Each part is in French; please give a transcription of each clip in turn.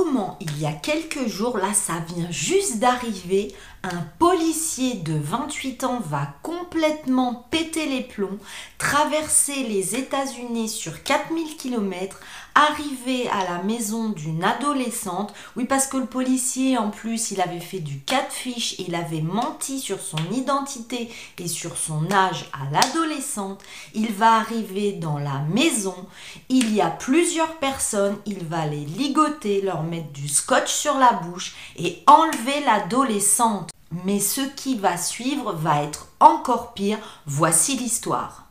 comment il y a quelques jours, là ça vient juste d'arriver, un policier de 28 ans va complètement péter les plombs, traverser les États-Unis sur 4000 km, arriver à la maison d'une adolescente. Oui, parce que le policier, en plus, il avait fait du catfish, il avait menti sur son identité et sur son âge à l'adolescente. Il va arriver dans la maison, il y a plusieurs personnes, il va les ligoter, leur mettre du scotch sur la bouche et enlever l'adolescente. Mais ce qui va suivre va être encore pire. Voici l'histoire.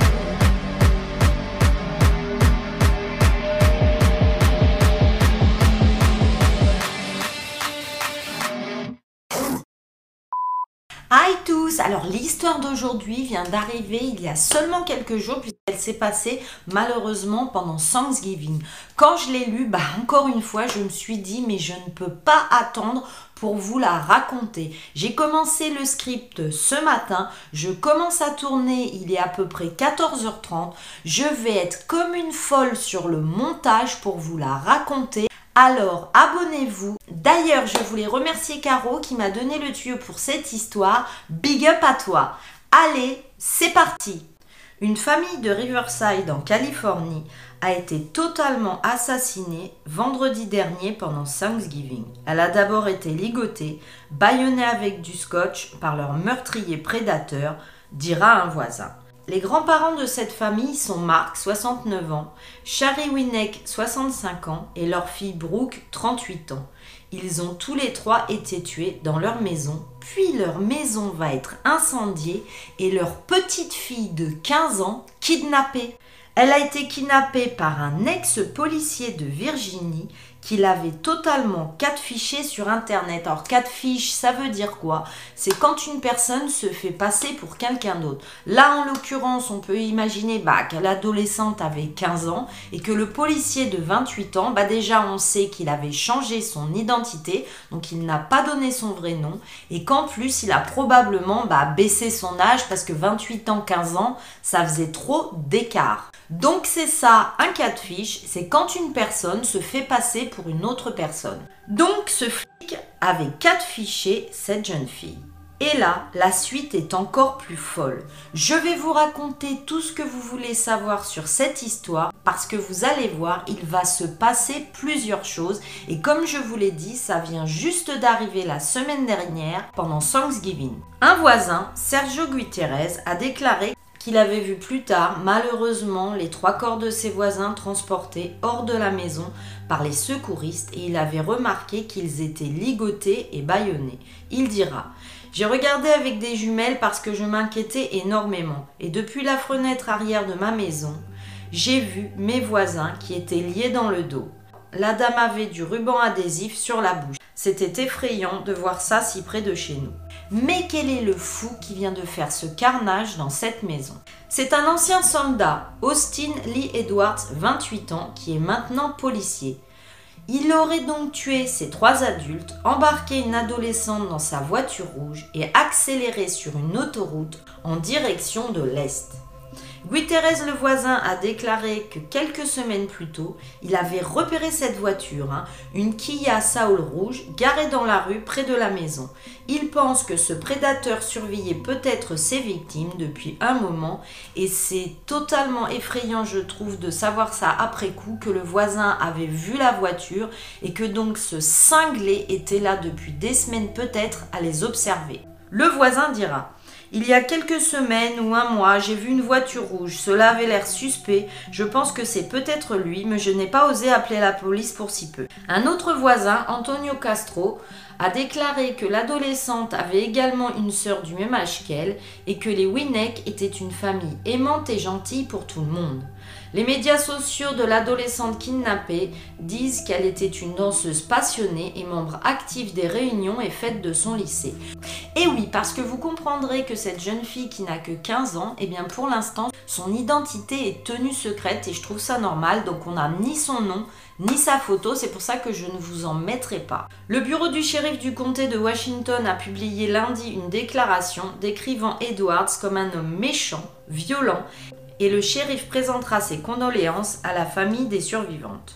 Hi tous! Alors l'histoire d'aujourd'hui vient d'arriver il y a seulement quelques jours puisqu'elle s'est passée malheureusement pendant Thanksgiving. Quand je l'ai lu, encore une fois je me suis dit mais je ne peux pas attendre pour vous la raconter. J'ai commencé le script ce matin, je commence à tourner, il est à peu près 14h30. Je vais être comme une folle sur le montage pour vous la raconter. Alors, abonnez-vous. D'ailleurs, je voulais remercier Caro qui m'a donné le tuyau pour cette histoire. Big up à toi. Allez, c'est parti. Une famille de Riverside en Californie a été totalement assassinée vendredi dernier pendant Thanksgiving. Elle a d'abord été ligotée, bâillonnée avec du scotch par leur meurtrier prédateur, dira un voisin. Les grands-parents de cette famille sont Mark, 69 ans, Shari Winnick, 65 ans, et leur fille Brooke, 38 ans. Ils ont tous les trois été tués dans leur maison, puis leur maison va être incendiée et leur petite fille de 15 ans kidnappée. Elle a été kidnappée par un ex-policier de Virginie qui l'avait totalement catfishée sur internet. Alors catfish, ça veut dire quoi? C'est quand une personne se fait passer pour quelqu'un d'autre. Là en l'occurrence, on peut imaginer que l'adolescente avait 15 ans et que le policier de 28 ans, déjà on sait qu'il avait changé son identité, donc il n'a pas donné son vrai nom et qu'en plus il a probablement baissé son âge parce que 28 ans, 15 ans, ça faisait trop d'écart. Donc c'est ça, un catfish, c'est quand une personne se fait passer pour une autre personne. Donc ce flic avait catfishé cette jeune fille. Et là, la suite est encore plus folle. Je vais vous raconter tout ce que vous voulez savoir sur cette histoire parce que vous allez voir, il va se passer plusieurs choses. Et comme je vous l'ai dit, ça vient juste d'arriver la semaine dernière pendant Thanksgiving. Un voisin, Sergio Gutiérrez, a déclaré qu'il avait vu plus tard, malheureusement, les 3 corps de ses voisins transportés hors de la maison par les secouristes et il avait remarqué qu'ils étaient ligotés et bâillonnés. Il dira « J'ai regardé avec des jumelles parce que je m'inquiétais énormément et depuis la fenêtre arrière de ma maison, j'ai vu mes voisins qui étaient liés dans le dos. La dame avait du ruban adhésif sur la bouche. C'était effrayant de voir ça si près de chez nous. Mais quel est le fou qui vient de faire ce carnage dans cette maison? C'est un ancien soldat, Austin Lee Edwards, 28 ans, qui est maintenant policier. Il aurait donc tué ces 3 adultes, embarqué une adolescente dans sa voiture rouge et accéléré sur une autoroute en direction de l'Est. Gutiérrez, le voisin, a déclaré que quelques semaines plus tôt, il avait repéré cette voiture, une Kia Soul rouge, garée dans la rue près de la maison. Il pense que ce prédateur surveillait peut-être ses victimes depuis un moment et c'est totalement effrayant, je trouve, de savoir ça après coup, que le voisin avait vu la voiture et que donc ce cinglé était là depuis des semaines peut-être à les observer. Le voisin dira: il y a quelques semaines ou un mois, j'ai vu une voiture rouge. Cela avait l'air suspect. Je pense que c'est peut-être lui, mais je n'ai pas osé appeler la police pour si peu. Un autre voisin, Antonio Castro, a déclaré que l'adolescente avait également une sœur du même âge qu'elle et que les Winnick étaient une famille aimante et gentille pour tout le monde. Les médias sociaux de l'adolescente kidnappée disent qu'elle était une danseuse passionnée et membre active des réunions et fêtes de son lycée. Et oui, parce que vous comprendrez que cette jeune fille qui n'a que 15 ans, pour l'instant, son identité est tenue secrète et je trouve ça normal, donc on n'a ni son nom, ni sa photo, c'est pour ça que je ne vous en mettrai pas. Le bureau du shérif du comté de Washington a publié lundi une déclaration décrivant Edwards comme un homme méchant, violent, et le shérif présentera ses condoléances à la famille des survivantes.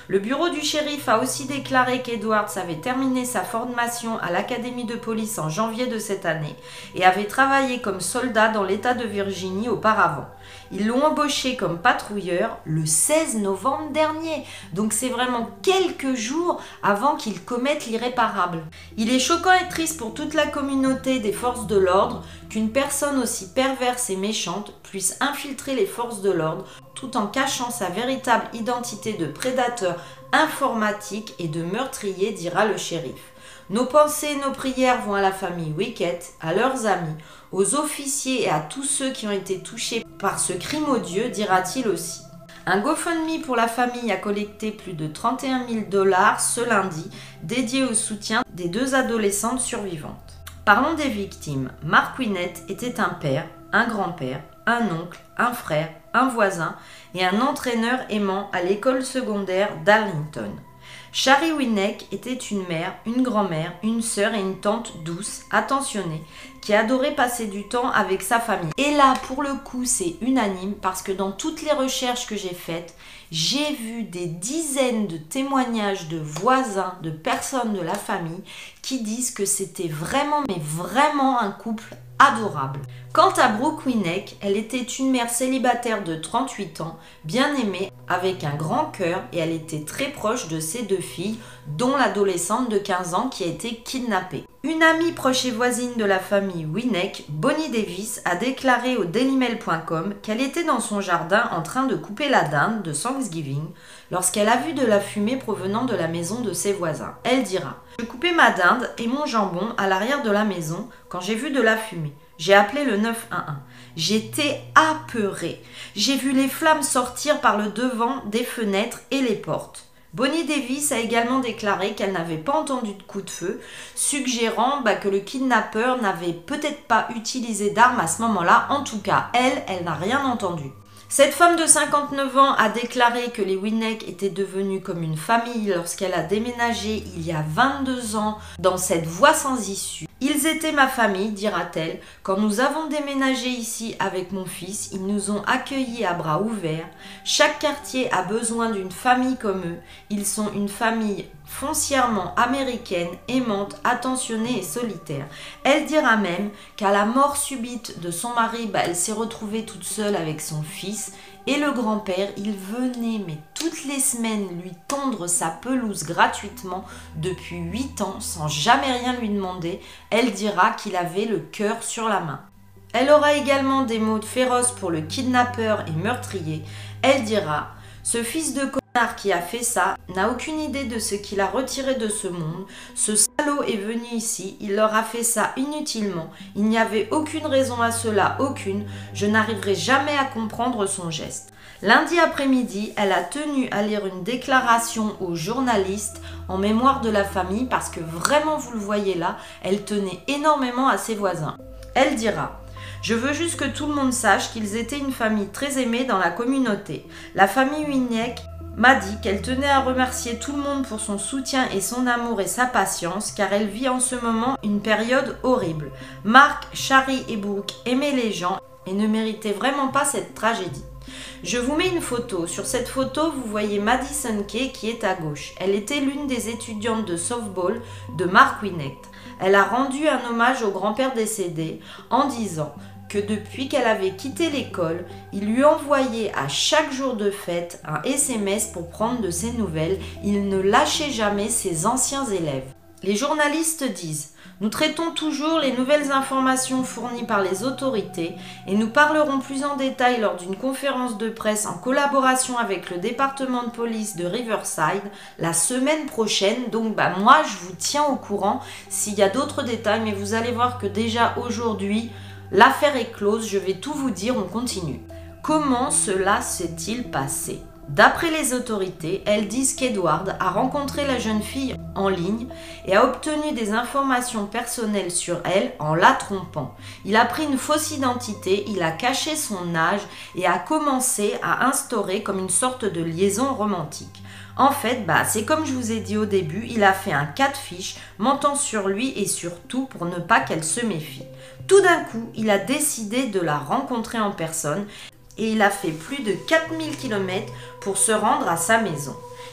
Le bureau du shérif a aussi déclaré qu'Edwards avait terminé sa formation à l'académie de police en janvier de cette année et avait travaillé comme soldat dans l'État de Virginie auparavant. Ils l'ont embauché comme patrouilleur le 16 novembre dernier, donc c'est vraiment quelques jours avant qu'il commette l'irréparable. Il est choquant et triste pour toute la communauté des forces de l'ordre qu'une personne aussi perverse et méchante puisse infiltrer les forces de l'ordre tout en cachant sa véritable identité de prédateur informatique et de meurtrier, dira le shérif. Nos pensées et nos prières vont à la famille Wickett, à leurs amis, aux officiers et à tous ceux qui ont été touchés par ce crime odieux, dira-t-il aussi. Un GoFundMe pour la famille a collecté plus de 31 000 $ ce lundi, dédié au soutien des 2 adolescentes survivantes. Parlons des victimes. Mark Winnett était un père, un grand-père, un oncle, un frère, un voisin et un entraîneur aimant à l'école secondaire d'Arlington. Shari Winnett était une mère, une grand-mère, une sœur et une tante douce, attentionnée, qui adorait passer du temps avec sa famille. Et là, pour le coup, c'est unanime parce que dans toutes les recherches que j'ai faites, j'ai vu des dizaines de témoignages de voisins, de personnes de la famille qui disent que c'était vraiment, mais vraiment un couple adorable. Quant à Brooke Winnett, elle était une mère célibataire de 38 ans, bien aimée, avec un grand cœur et elle était très proche de ses 2 filles, dont l'adolescente de 15 ans qui a été kidnappée. Une amie proche et voisine de la famille Winnett, Bonnie Davis, a déclaré au dailymail.com qu'elle était dans son jardin en train de couper la dinde de Thanksgiving lorsqu'elle a vu de la fumée provenant de la maison de ses voisins. Elle dira « Je coupais ma dinde et mon jambon à l'arrière de la maison quand j'ai vu de la fumée. J'ai appelé le 911. J'étais apeurée. J'ai vu les flammes sortir par le devant des fenêtres et les portes. » Bonnie Davis a également déclaré qu'elle n'avait pas entendu de coup de feu, suggérant que le kidnappeur n'avait peut-être pas utilisé d'armes à ce moment-là. En tout cas, elle n'a rien entendu. Cette femme de 59 ans a déclaré que les Winnett étaient devenus comme une famille lorsqu'elle a déménagé il y a 22 ans dans cette voie sans issue. Ils étaient ma famille, dira-t-elle. Quand nous avons déménagé ici avec mon fils, ils nous ont accueillis à bras ouverts. Chaque quartier a besoin d'une famille comme eux. Ils sont une famille foncièrement américaine, aimante, attentionnée et solitaire. Elle dira même qu'à la mort subite de son mari, elle s'est retrouvée toute seule avec son fils. Et le grand-père, il venait mais toutes les semaines lui tondre sa pelouse gratuitement depuis 8 ans sans jamais rien lui demander. Elle dira qu'il avait le cœur sur la main. Elle aura également des mots féroces pour le kidnappeur et meurtrier. Elle dira « Ce fils de connard qui a fait ça n'a aucune idée de ce qu'il a retiré de ce monde. Ce salaud est venu ici, il leur a fait ça inutilement. Il n'y avait aucune raison à cela, aucune. Je n'arriverai jamais à comprendre son geste. » Lundi après-midi, elle a tenu à lire une déclaration aux journalistes en mémoire de la famille parce que vraiment, vous le voyez là, elle tenait énormément à ses voisins. Elle dira « Je veux juste que tout le monde sache qu'ils étaient une famille très aimée dans la communauté. La famille Winnett m'a dit qu'elle tenait à remercier tout le monde pour son soutien et son amour et sa patience car elle vit en ce moment une période horrible. Mark, Shari et Brooke aimaient les gens et ne méritaient vraiment pas cette tragédie. » Je vous mets une photo. Sur cette photo, vous voyez Madison Kay qui est à gauche. Elle était l'une des étudiantes de softball de Mark Winnett. Elle a rendu un hommage au grand-père décédé en disant que depuis qu'elle avait quitté l'école, il lui envoyait à chaque jour de fête un SMS pour prendre de ses nouvelles. Il ne lâchait jamais ses anciens élèves. Les journalistes disent « Nous traitons toujours les nouvelles informations fournies par les autorités et nous parlerons plus en détail lors d'une conférence de presse en collaboration avec le département de police de Riverside la semaine prochaine. » Donc moi je vous tiens au courant s'il y a d'autres détails, mais vous allez voir que déjà aujourd'hui l'affaire est close, je vais tout vous dire, on continue. Comment cela s'est-il passé ? D'après les autorités, elles disent qu'Edward a rencontré la jeune fille en ligne et a obtenu des informations personnelles sur elle en la trompant. Il a pris une fausse identité, il a caché son âge et a commencé à instaurer comme une sorte de liaison romantique. En fait, c'est comme je vous ai dit au début, il a fait un catfish mentant sur lui et sur tout pour ne pas qu'elle se méfie. Tout d'un coup, il a décidé de la rencontrer en personne et il a fait plus de 4000 km pour se rendre à sa maison.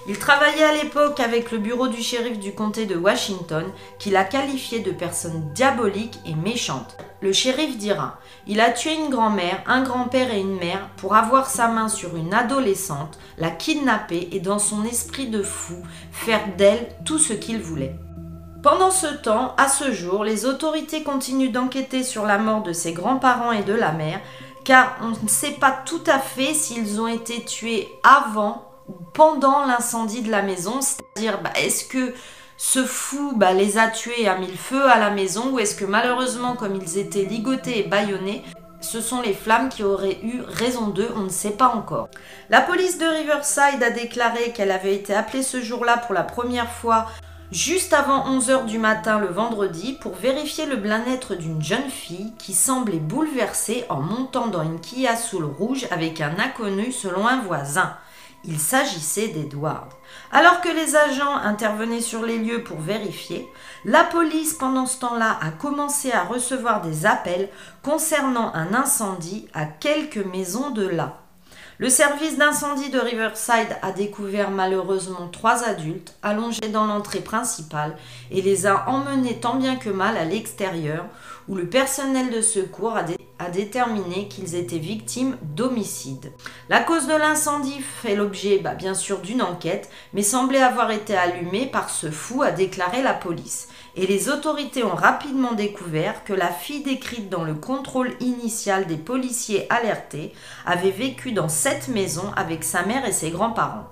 Il travaillait à l'époque avec le bureau du shérif du comté de Washington, qu'il a qualifié de personne diabolique et méchante. Le shérif dira « Il a tué une grand-mère, un grand-père et une mère pour avoir sa main sur une adolescente, la kidnapper et dans son esprit de fou, faire d'elle tout ce qu'il voulait. » Pendant ce temps, à ce jour, les autorités continuent d'enquêter sur la mort de ses grands-parents et de la mère, car on ne sait pas tout à fait s'ils ont été tués avant ou pendant l'incendie de la maison, c'est-à-dire est-ce que ce fou les a tués et a mis le feu à la maison, ou est-ce que malheureusement, comme ils étaient ligotés et bâillonnés, ce sont les flammes qui auraient eu raison d'eux, on ne sait pas encore. La police de Riverside a déclaré qu'elle avait été appelée ce jour-là pour la première fois juste avant 11 h du matin le vendredi pour vérifier le bien-être d'une jeune fille qui semblait bouleversée en montant dans une Kia Soul rouge avec un inconnu selon un voisin. Il s'agissait d'Edward. Alors que les agents intervenaient sur les lieux pour vérifier, la police pendant ce temps-là a commencé à recevoir des appels concernant un incendie à quelques maisons de là. Le service d'incendie de Riverside a découvert malheureusement 3 adultes allongés dans l'entrée principale et les a emmenés tant bien que mal à l'extérieur où le personnel de secours a déterminé qu'ils étaient victimes d'homicide. La cause de l'incendie fait l'objet bien sûr d'une enquête, mais semblait avoir été allumée par ce fou, a déclaré la police. Et les autorités ont rapidement découvert que la fille décrite dans le contrôle initial des policiers alertés avait vécu dans cette maison avec sa mère et ses grands-parents.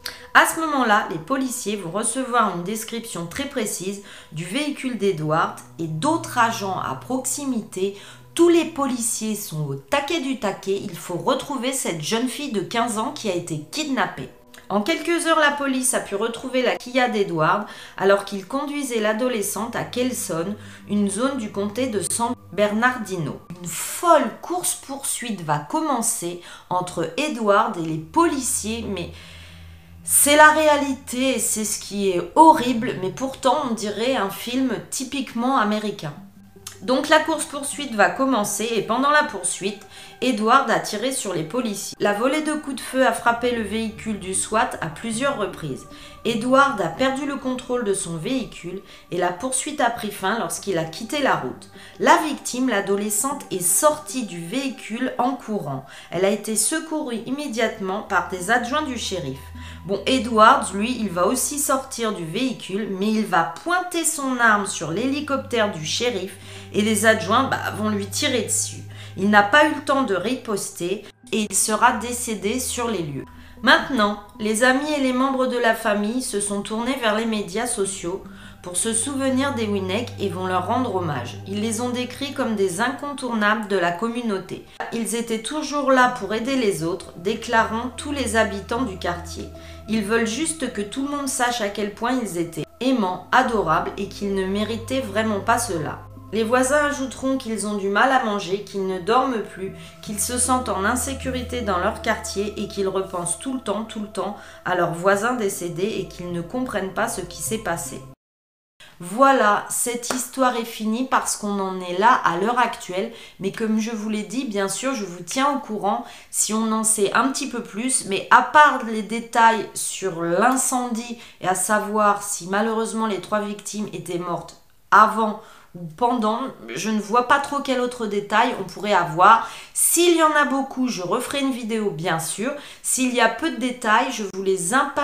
À ce moment-là, les policiers vont recevoir une description très précise du véhicule d'Edward et d'autres agents à proximité. Tous les policiers sont au taquet du taquet, il faut retrouver cette jeune fille de 15 ans qui a été kidnappée. En quelques heures, la police a pu retrouver la Kia d'Edward alors qu'il conduisait l'adolescente à Kelson, une zone du comté de San Bernardino. Une folle course-poursuite va commencer entre Edward et les policiers, mais c'est la réalité et c'est ce qui est horrible, mais pourtant on dirait un film typiquement américain. Donc la course-poursuite va commencer et pendant la poursuite, Edward a tiré sur les policiers. La volée de coups de feu a frappé le véhicule du SWAT à plusieurs reprises. Edward a perdu le contrôle de son véhicule et la poursuite a pris fin lorsqu'il a quitté la route. La victime, l'adolescente, est sortie du véhicule en courant. Elle a été secourue immédiatement par des adjoints du shérif. Bon, Edward, lui, il va aussi sortir du véhicule, mais il va pointer son arme sur l'hélicoptère du shérif et les adjoints vont lui tirer dessus. Il n'a pas eu le temps de riposter et il sera décédé sur les lieux. Maintenant, les amis et les membres de la famille se sont tournés vers les médias sociaux pour se souvenir des Winneck et vont leur rendre hommage. Ils les ont décrits comme des incontournables de la communauté. Ils étaient toujours là pour aider les autres, déclarant tous les habitants du quartier. Ils veulent juste que tout le monde sache à quel point ils étaient aimants, adorables et qu'ils ne méritaient vraiment pas cela. Les voisins ajouteront qu'ils ont du mal à manger, qu'ils ne dorment plus, qu'ils se sentent en insécurité dans leur quartier et qu'ils repensent tout le temps à leurs voisins décédés et qu'ils ne comprennent pas ce qui s'est passé. Voilà, cette histoire est finie parce qu'on en est là à l'heure actuelle, mais comme je vous l'ai dit, bien sûr, je vous tiens au courant si on en sait un petit peu plus, mais à part les détails sur l'incendie et à savoir si malheureusement les 3 victimes étaient mortes avant ou pendant, je ne vois pas trop quel autre détail on pourrait avoir. S'il y en a beaucoup, je referai une vidéo bien sûr. S'il y a peu de détails, je vous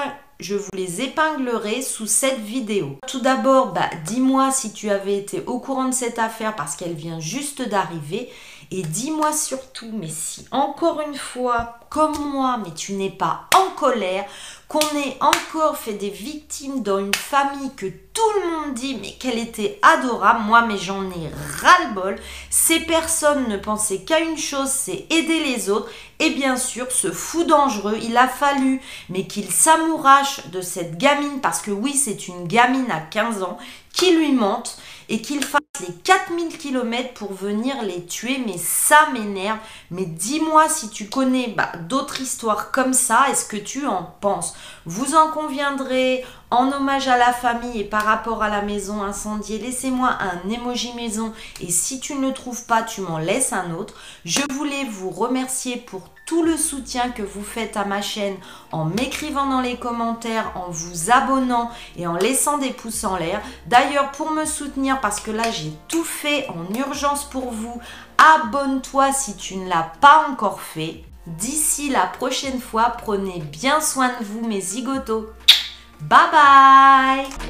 les épinglerai sous cette vidéo. Tout d'abord, dis-moi si tu avais été au courant de cette affaire parce qu'elle vient juste d'arriver. Et dis-moi surtout, mais si encore une fois, comme moi, mais tu n'es pas en colère, qu'on ait encore fait des victimes dans une famille que tout le monde dit mais qu'elle était adorable, moi mais j'en ai ras-le-bol. Ces personnes ne pensaient qu'à une chose, c'est aider les autres. Et bien sûr, ce fou dangereux, il a fallu mais qu'il s'amourache de cette gamine, parce que oui, c'est une gamine à 15 ans, qui lui mente et qu'il fasse les 4000 km pour venir les tuer, mais ça m'énerve. Mais dis-moi si tu connais d'autres histoires comme ça, est-ce que tu en penses? Vous en conviendrez, en hommage à la famille et par rapport à la maison incendiée, laissez-moi un emoji maison et si tu ne le trouves pas, tu m'en laisses un autre. Je voulais vous remercier pour tout le soutien que vous faites à ma chaîne en m'écrivant dans les commentaires, en vous abonnant et en laissant des pouces en l'air. D'ailleurs, pour me soutenir, parce que là j'ai tout fait en urgence pour vous, abonne-toi si tu ne l'as pas encore fait. D'ici la prochaine fois, prenez bien soin de vous mes zigotos. Bye bye!